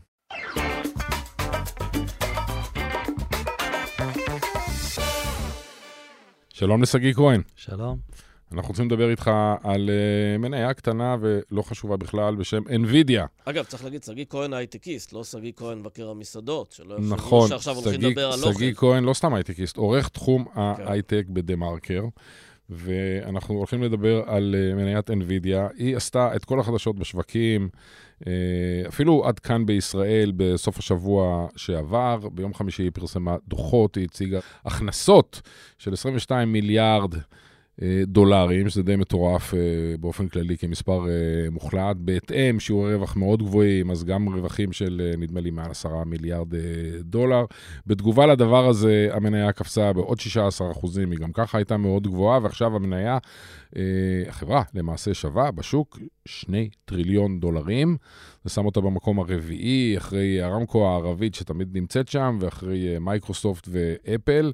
שלום לשגיא כהן. שלום. אנחנו רוצים לדבר איתך על מניה קטנה ולא חשובה בכלל בשם NVIDIA. אגב, צריך להגיד, שגיא כהן הייטקיסט, לא שגיא כהן מבקר המסעדות, שלא נכון, שעכשיו הולכים לדבר על אוכל. שגיא כהן לא סתם הייטקיסט, עורך תחום ההייטק בדה-מרקר, ואנחנו הולכים לדבר על מניית NVIDIA. היא עשתה את כל החדשות בשווקים, אפילו עד כאן בישראל בסוף השבוע שעבר, ביום חמישי היא פרסמה דוחות, היא הציגה הכנסות של 22 מיליארד דולרים, שזה די מטורף באופן כללי כמספר מוחלט, בהתאם שיעורי רווח מאוד גבוהים, אז גם רווחים של נדמה לי מעל 10 מיליארד דולר. בתגובה לדבר הזה המניה קפצה בעוד 16%, היא גם ככה הייתה מאוד גבוהה, ועכשיו המניה, החברה למעשה שווה בשוק 2 טריליון דולרים, זה שם אותה במקום הרביעי, אחרי הרמקו הערבית שתמיד נמצאת שם, ואחרי מייקרוסופט ואפל.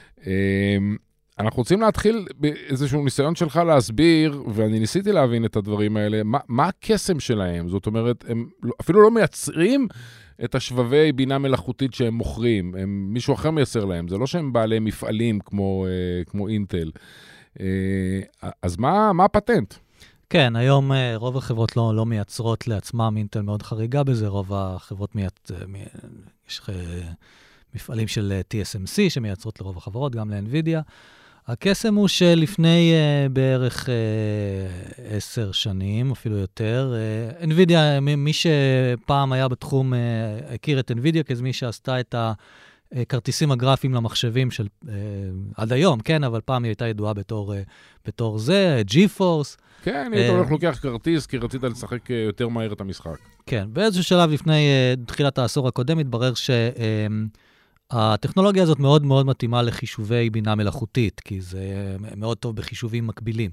אנחנו רוצים להתחיל באיזשהו ניסיון שלך להסביר, ואני ניסיתי להבין את הדברים האלה, מה הקסם שלהם? זאת אומרת, הם אפילו לא מייצרים את השבבי בינה מלאכותית שהם מוכרים, מישהו אחר מייצר להם, זה לא שהם בעלי מפעלים כמו אינטל. אז מה הפטנט? כן, היום רוב החברות לא מייצרות לעצמם, אינטל מאוד חריגה בזה, רוב החברות יש מפעלים של TSMC שמייצרות לרוב החברות, גם ל-NVIDIA. הקסם הוא שלפני בערך 10 שנים, אפילו יותר, NVIDIA, מי שפעם היה בתחום, הכיר את NVIDIA כמי שעשתה את הכרטיסים הגרפיים למחשבים של, עד היום, כן, אבל פעם היא הייתה ידועה בתור זה, GeForce. כן, היית הולך לוקח כרטיס, כי רצית לשחק יותר מהר את המשחק. כן, באיזשהו שלב לפני תחילת העשור הקודם, התברר הטכנולוגיה הזאת מאוד מאוד מתאימה לחישובי בינה מלאכותית, כי זה מאוד טוב בחישובים מקבילים.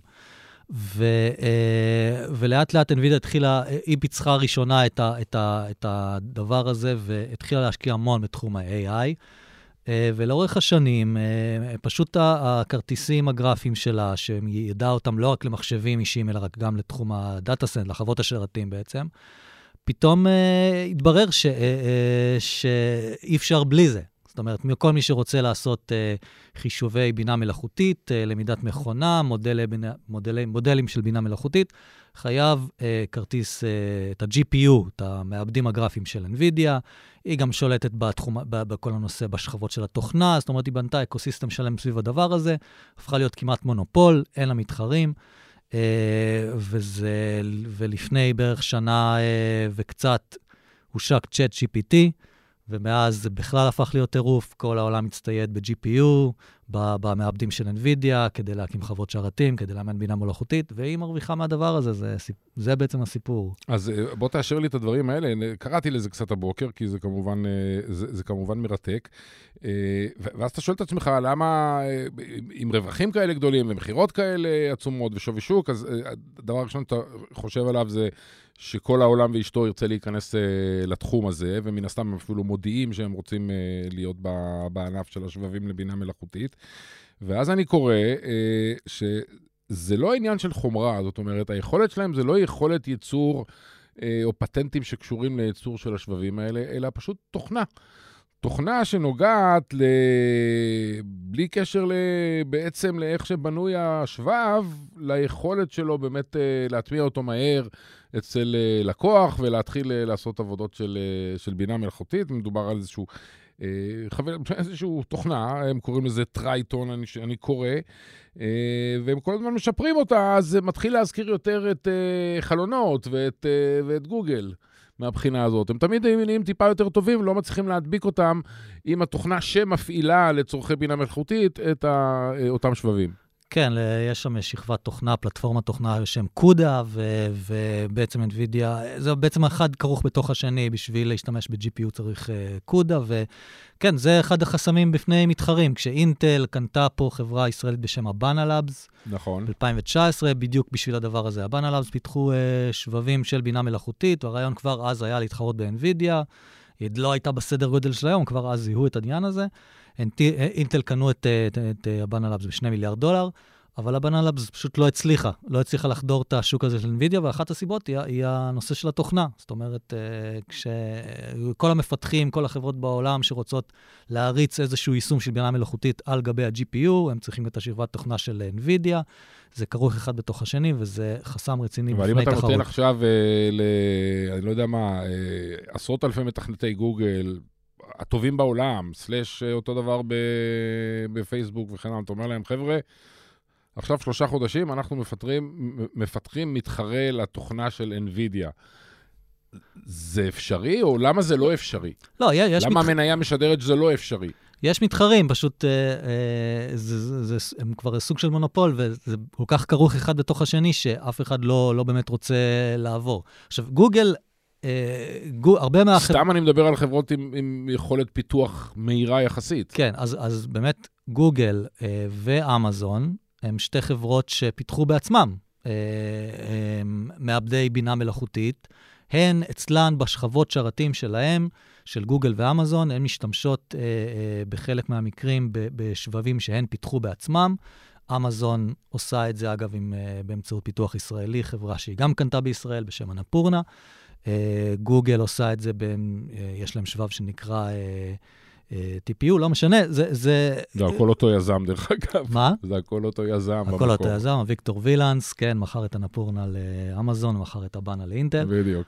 ולאט לאט NVIDIA התחילה, היא פיצחה ראשונה את הדבר הזה, והתחילה להשקיע המון בתחום ה-AI, ולאורך השנים, פשוט הכרטיסים הגרפיים שלה, שידע אותם לא רק למחשבים אישיים, אלא רק גם לתחום הדאטה-סנט, לחוות השרתים בעצם, פתאום התברר שאי אפשר בלי זה. זאת אומרת, כל מי שרוצה לעשות חישובי בינה מלאכותית, למידת מכונה, מודלים של בינה מלאכותית, חייב כרטיס, את ה-GPU, את המעבדים הגרפיים של NVIDIA, היא גם שולטת בכל הנושא בשכבות של התוכנה, זאת אומרת, היא בנתה אקוסיסטם שלם סביב הדבר הזה, הפכה להיות כמעט מונופול, אין לה מתחרים, ולפני בערך שנה וקצת הושק ChatGPT, ומאז זה בכלל הפך להיות טירוף, כל העולם מצטייד ב-GPU, במעבדים של NVIDIA, כדי להקים חוות שרתים, כדי לאמן בינה מלאכותית, והיא מרוויחה מהדבר הזה, זה בעצם הסיפור. אז בוא תאשר לי את הדברים האלה, קראתי לזה קצת הבוקר, כי זה כמובן מרתק, ואז אתה שואל את עצמך, למה עם רווחים כאלה גדולים, ומחירות כאלה עצומות, ושווי שוק, אז הדבר הראשון שאתה חושב עליו זה, שכל העולם ואשתו ירצה להיכנס לתחום הזה, ומן הסתם הם אפילו מודיעים שהם רוצים להיות בענף של השבבים לבינה מלאכותית. ואז אני קורא שזה לא עניין של חומרה, זאת אומרת, היכולת שלהם זה לא יכולת ייצור או פטנטים שקשורים לייצור של השבבים האלה, אלא פשוט תוכנה. תוכנה שנוגעת בלי קשר בעצם לאיך שבנוי השבב, ליכולת שלו באמת להטמיע אותו מהר אצל לקוח ולהתחיל לעשות עבודות של בינה מלאכותית. מדובר על איזשהו תוכנה, הם קוראים לזה טרייטון, אני קורא, והם כל הזמן משפרים אותה, אז זה מתחיל להזכיר יותר את חלונות ואת גוגל. מהבחינה הזאת. הם תמיד נהיים טיפה יותר טובים, לא מצליחים להדביק אותם עם התוכנה שמפעילה לצורכי בינה מלאכותית את אותם שבבים. כן, יש שם שכבת תוכנה, פלטפורמת תוכנה בשם קודה, ובעצם NVIDIA, זה בעצם אחד כרוך בתוך השני, בשביל להשתמש ב-GPU צריך קודה, וכן, זה אחד החסמים בפני מתחרים, כשאינטל קנתה פה חברה ישראלית בשם הבאנה לאבס, נכון. ב-2019, בדיוק בשביל הדבר הזה. הבאנה לאבס פיתחו שבבים של בינה מלאכותית, והרעיון כבר אז היה להתחרות ב-NVIDIA, היא לא הייתה בסדר גודל של היום, כבר אז זיהו את העניין הזה. אינטל קנו את הבאנה לאבס ב$2 מיליארד, אבל הבאנה לאבס פשוט לא הצליחה לחדור את השוק הזה של NVIDIA, ואחת הסיבות היא הנושא של התוכנה. זאת אומרת, כשכל המפתחים, כל החברות בעולם שרוצות להריץ איזשהו יישום של בינה מלאכותית על גבי ה-GPU, הם צריכים את השכבת תוכנה של NVIDIA, זה כרוך אחד בתוך השני, וזה חסם רציני בפני תחרות. אבל אם אתה נותן עכשיו, אני לא יודע מה, עשרות אלפי מתכנתי גוגל, הטובים בעולם, סלש אותו דבר בפייסבוק וכן הלאה, אתה אומר להם, חבר'ה, עכשיו 3 חודשים אנחנו מפתחים מתחרה לתוכנה של NVIDIA. זה אפשרי, או למה זה לא אפשרי? לא, יש למה המניה משדרת שזה לא אפשרי? יש מתחרים, פשוט הם כבר סוג של מונופול, וזה כל כך כרוך אחד בתוך השני, שאף אחד לא באמת רוצה לעבור. עכשיו, גוגל, הרבה סתם אני מדבר על חברות עם יכולת פיתוח מהירה יחסית. כן, אז באמת גוגל ואמזון, הם 2 חברות שפיתחו בעצמם מעבדי בינה מלאכותית. הן אצלן בשכבות שרתים שלהם, של גוגל ואמזון, הן משתמשות בחלק מהמקרים בשבבים שהן פיתחו בעצמם. אמזון עושה את זה, אגב, באמצעות פיתוח ישראלי, חברה שהיא גם קנתה בישראל בשם אנפורנה. גוגל עושה את זה, יש להם שבב שנקרא TPU, לא משנה, זה הכל אותו יזם, דרך אגב. מה? זה הכל אותו יזם. הכל אותו יזם, ויקטור וילנס, כן, מכר את אנפורנה לאמזון, מכר את הבאנה לאינטל. בדיוק.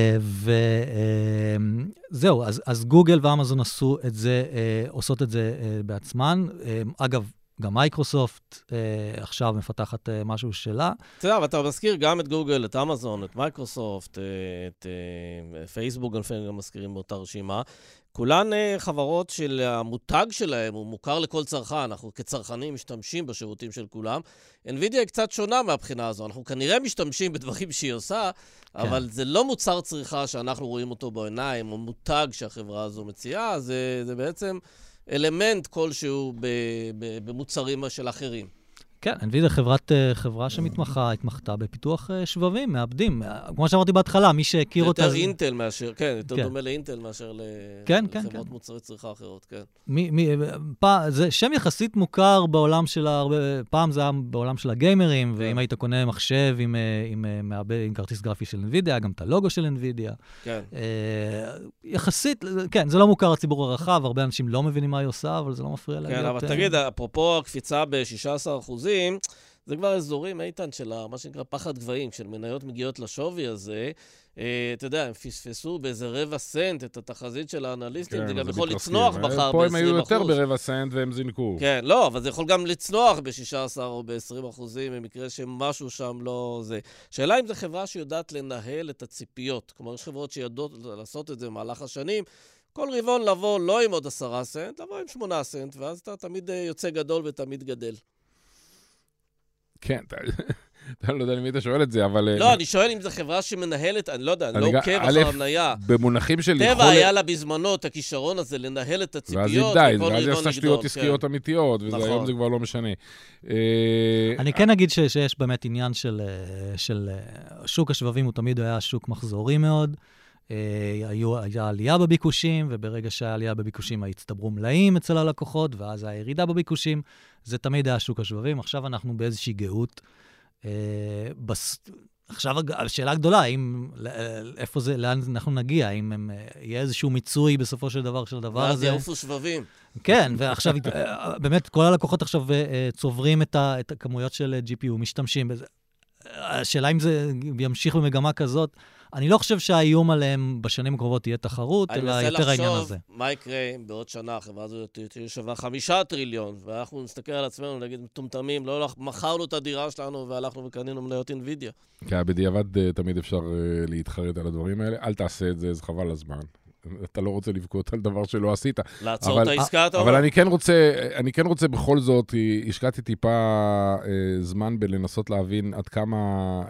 זהו, אז גוגל ואמזון עושות את זה בעצמן. אגב, גם מייקרוסופט עכשיו מפתחת משהו שלה. אתה יודע, ואתה מזכיר גם את גוגל, את אמזון, את מייקרוסופט, את פייסבוק, גם מזכירים באותה רשימה. כולן חברות של המותג שלהם, הוא מוכר לכל צרכן, אנחנו כצרכנים משתמשים בשירותים של כולם. NVIDIA היא קצת שונה מהבחינה הזו, אנחנו כנראה משתמשים בדברים שהיא עושה, כן. אבל זה לא מוצר צריכה שאנחנו רואים אותו בעיניים, או מותג שהחברה הזו מציעה, זה בעצם אלמנט כלשהו במוצרים של אחרים. כן, NVIDIA חברה התמחתה בפיתוח שבבים, מעבדים. כמו שאמרתי בהתחלה, מי שהכיר אותה... יותר אינטל מאשר, כן, יותר דומה לאינטל מאשר לחברות מוצרי צריכה אחרות, כן. זה שם יחסית מוכר בעולם של פעם זה היה בעולם של הגיימרים, ואם היית קונה מחשב עם כרטיס גרפי של NVIDIA, גם את הלוגו של NVIDIA. כן. יחסית, כן, זה לא מוכר לציבור הרחב, הרבה אנשים לא מבינים מה היא עושה, אבל זה לא מפריע לה. כן, אבל תגיד, אפרופו הקפיצה ב-16%, זה כבר אזורים, איתן, של מה שנקרא פחד גבהים, של מניות מגיעות לשווי הזה, אתה יודע, הם פספסו באיזה רבע סנט את התחזית של האנליסטים, זה גם יכול לצנוח מחר ב-20%. פה הם היו יותר ברבע סנט והם זינקו. כן, לא, אבל זה יכול גם לצנוח ב-16 או ב-20%, במקרה שמשהו שם לא זה. שאלה אם זו חברה שיודעת לנהל את הציפיות, כלומר, יש חברות שיודעות לעשות את זה במהלך השנים, כל רבעון לבוא לא עם עוד 10 סנט, לבוא עם 8 סנט, ואז אתה תמיד יוצא גדול ותמיד גדל. כן, אתה לא יודע למי אתה שואל את זה, אבל... לא, אני שואל אם זו חברה שמנהלת, אני לא יודע, אני לא עוקב אחר המניה. במונחים של... טבע היה לה בזמנו את הכישרון הזה לנהל את הציפיות, ואז היא עשתה שטויות עסקיות אמיתיות, והיום זה כבר לא משנה. אני כן אגיד שיש באמת עניין של שוק השבבים, הוא תמיד היה שוק מחזורי מאוד, היה עלייה בביקושים, וברגע שהיה עלייה בביקושים, הצטברו מלאים אצל הלקוחות, ואז היה ירידה בביקושים. זה תמיד היה שוק השבבים. עכשיו אנחנו באיזושהי גאות. עכשיו השאלה הגדולה, איפה זה, לאן אנחנו נגיע, אם יהיה איזשהו מיצוי בסופו של דבר של הדבר הזה. ואז יעופו שבבים. כן, ועכשיו, באמת, כל הלקוחות עכשיו צוברים את הכמויות של GPU, משתמשים בזה. השאלה אם זה ימשיך במגמה כזאת, אני לא חושב שהאיום עליהם בשנים הקרובות תהיה תחרות, אלא יותר העניין הזה. אני מנסה לחשוב מה יקרה אם בעוד שנה החברה הזאת תהיה שווה 5 טריליון, ואנחנו נסתכל על עצמנו ונגיד מטומטמים, לא מכרנו את הדירה שלנו והלכנו וקנינו מניות NVIDIA. כן, בדיעבד תמיד אפשר להתחרט על הדברים האלה, אל תעשה את זה, זה חבל הזמן. אתה לא רוצה לבכות על דבר שלא עשית. לעצור את העסקה, אתה אומר? אבל אני כן רוצה בכל זאת, השקעתי טיפה זמן בלנסות להבין עד כמה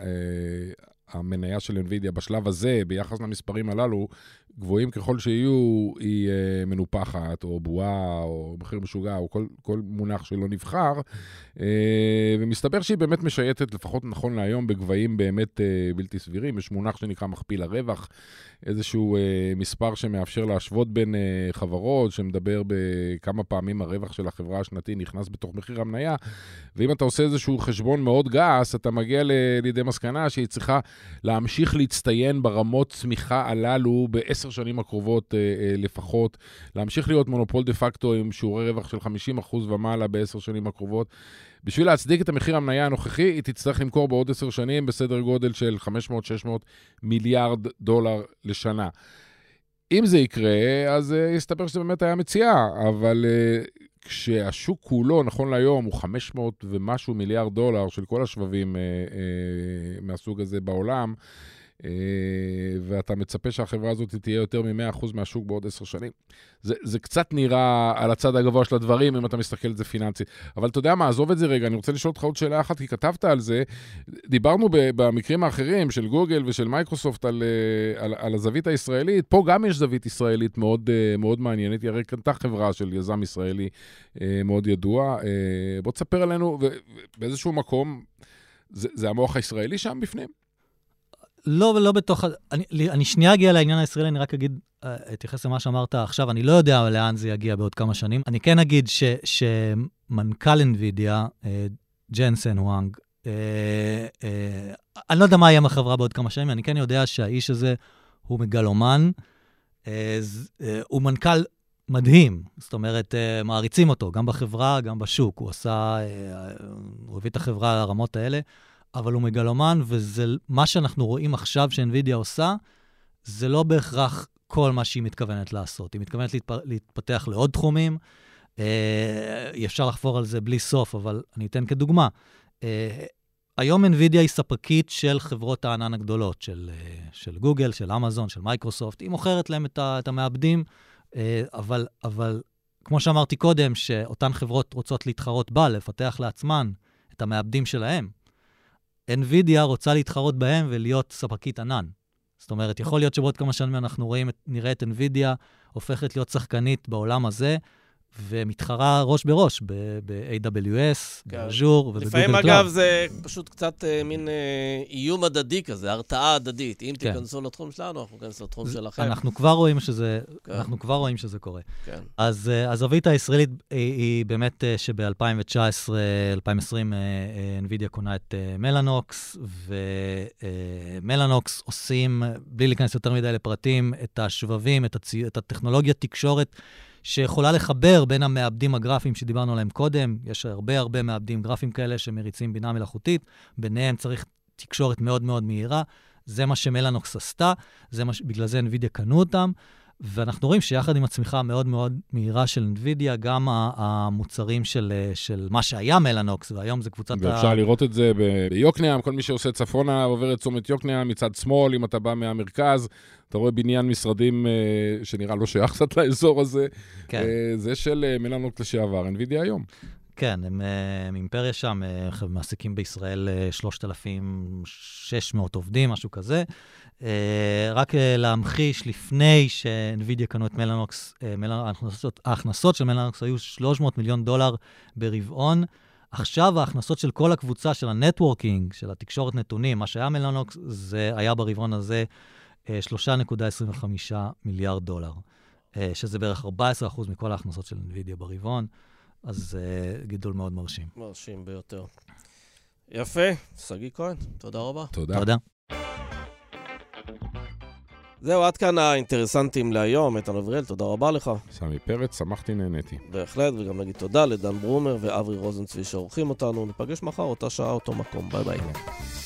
המניה של NVIDIA בשלב הזה, ביחס למספרים הללו, גבוהים ככל שיהיו, היא מנופחת, או בועה, או מחיר משוגע, או כל מונח שלא נבחר, ומסתבר שהיא באמת משייטת, לפחות נכון להיום, בגבהים באמת בלתי סבירים. יש מונח שנקרא מכפיל הרווח, איזשהו מספר שמאפשר להשוות בין חברות, שמדבר בכמה פעמים הרווח של החברה השנתי נכנס בתוך מחיר המניה, ואם אתה עושה איזשהו חשבון מאוד גס, אתה מגיע לידי מסקנה שהיא צריכה להמשיך להצטיין ברמות צמיחה הללו ב10 שנים הקרובות לפחות, להמשיך להיות מונופול דה פקטו עם שיעורי רווח של 50% ומעלה ב10 שנים הקרובות. בשביל להצדיק את המחיר המניה הנוכחי, היא תצטרך למכור בעוד 10 שנים בסדר גודל של 500-600 מיליארד דולר לשנה. אם זה יקרה, אז יסתבר שזה באמת היה מציאה, אבל כשהשוק כולו, נכון להיום, הוא 500 ומשהו מיליארד דולר של כל השבבים מהסוג הזה בעולם, ואתה מצפה שהחברה הזאת תהיה יותר מ100% מהשוק בעוד 10 שנים. זה קצת נראה על הצד הגבוה של הדברים, אם אתה מסתכל על זה פיננסית. אבל אתה יודע מה, עזוב את זה רגע, אני רוצה לשאול אותך עוד שאלה אחת, כי כתבת על זה, דיברנו במקרים האחרים של גוגל ושל מייקרוסופט על הזווית הישראלית, פה גם יש זווית ישראלית מאוד, מאוד מעניינת, הרי קנתה חברה של יזם ישראלי מאוד ידוע. בוא תספר עלינו, באיזשהו מקום, זה המוח הישראלי שם בפנים? לא, ולא בתוך... אני שנייה אגיע לעניין הישראלי, אני רק אתייחס למה שאמרת עכשיו, אני לא יודע לאן זה יגיע בעוד כמה שנים. אני כן אגיד שמנכ"ל NVIDIA, ג'נסן וואנג, אני לא יודע מה יהיה מהחברה בעוד כמה שנים, אני כן יודע שהאיש הזה הוא מגלומן, הוא מנכ"ל מדהים, זאת אומרת, מעריצים אותו, גם בחברה, גם בשוק. הוא הביא את החברה לרמות האלה, אבל הוא מגלומן, וזה מה שאנחנו רואים עכשיו ש-NVIDIA עושה, זה לא בהכרח כל מה שהיא מתכוונת לעשות. היא מתכוונת להתפתח לעוד תחומים, אפשר לחפור על זה בלי סוף, אבל אני אתן כדוגמה. היום NVIDIA היא ספקית של חברות הענן הגדולות, של גוגל, של אמזון, של מייקרוסופט. היא מוכרת להם את המעבדים, אבל כמו שאמרתי קודם, שאותן חברות רוצות להתחרות בה, לפתח לעצמן את המעבדים שלהם. NVIDIA רוצה להתחרות בהם ולהיות ספקית ענן. זאת אומרת, יכול להיות שבעוד כמה שנים אנחנו נראה את NVIDIA הופכת להיות שחקנית בעולם הזה, ומתחרה ראש בראש ב-AWS, באז'ור ובגוגל קלאוד. לפעמים, אגב, זה פשוט קצת מין איום הדדי כזה, הרתעה הדדית. אם תיכנסו לתחום שלנו, אנחנו ניכנס לתחום שלכם. אנחנו כבר רואים שזה קורה. אז הזווית הישראלית היא באמת שב-2019, 2020, NVIDIA קונה את מלאנוקס, ומלאנוקס עושים, בלי להיכנס יותר מדי לפרטים, את השבבים, את הטכנולוגיה תקשורת, שיכולה לחבר בין המעבדים הגרפיים שדיברנו עליהם קודם. יש הרבה מעבדים גרפיים כאלה שמריצים בינה מלאכותית, ביניהם צריך תקשורת מאוד מאוד מהירה. זה מה שמלאנוקס עשתה, בגלל זה NVIDIA קנו אותם, ואנחנו רואים שיחד עם הצמיחה מאוד מאוד מהירה של NVIDIA, גם המוצרים של מה שהיה מלאנוקס, והיום זה קבוצת ואפשר לראות את זה ביוקנעם, כל מי שעושה צפונה עובר את צומת יוקנעם, מצד שמאל, אם אתה בא מהמרכז, אתה רואה בניין משרדים שנראה לא שייך קצת לאזור הזה, כן. זה של מלאנוקס לשעבר, NVIDIA היום. כן, הם אימפריה שם, מעסיקים בישראל 3,600 עובדים, משהו כזה. רק להמחיש, לפני ש-NVIDIA קנו את מלאנוקס, ההכנסות של מלאנוקס היו $300 מיליון ברבעון. עכשיו ההכנסות של כל הקבוצה של הנטוורקינג, של התקשורת נתונים, מה שהיה מלאנוקס, זה היה ברבעון הזה $3.25 מיליארד, שזה בערך 14% מכל ההכנסות של NVIDIA ברבעון. אז זה גידול מאוד מרשים. מרשים ביותר. יפה, סגי כהן, תודה רבה. תודה. זהו, עד כאן האינטרסנטים להיום. איתן אבריאל, תודה רבה לך. סמי פרץ, שמחתי, נהניתי. בהחלט, וגם נגיד תודה לדן ברומר ואברי רוזנצבי שעורכים אותנו. ניפגש מחר, אותה שעה, אותו מקום. ביי ביי.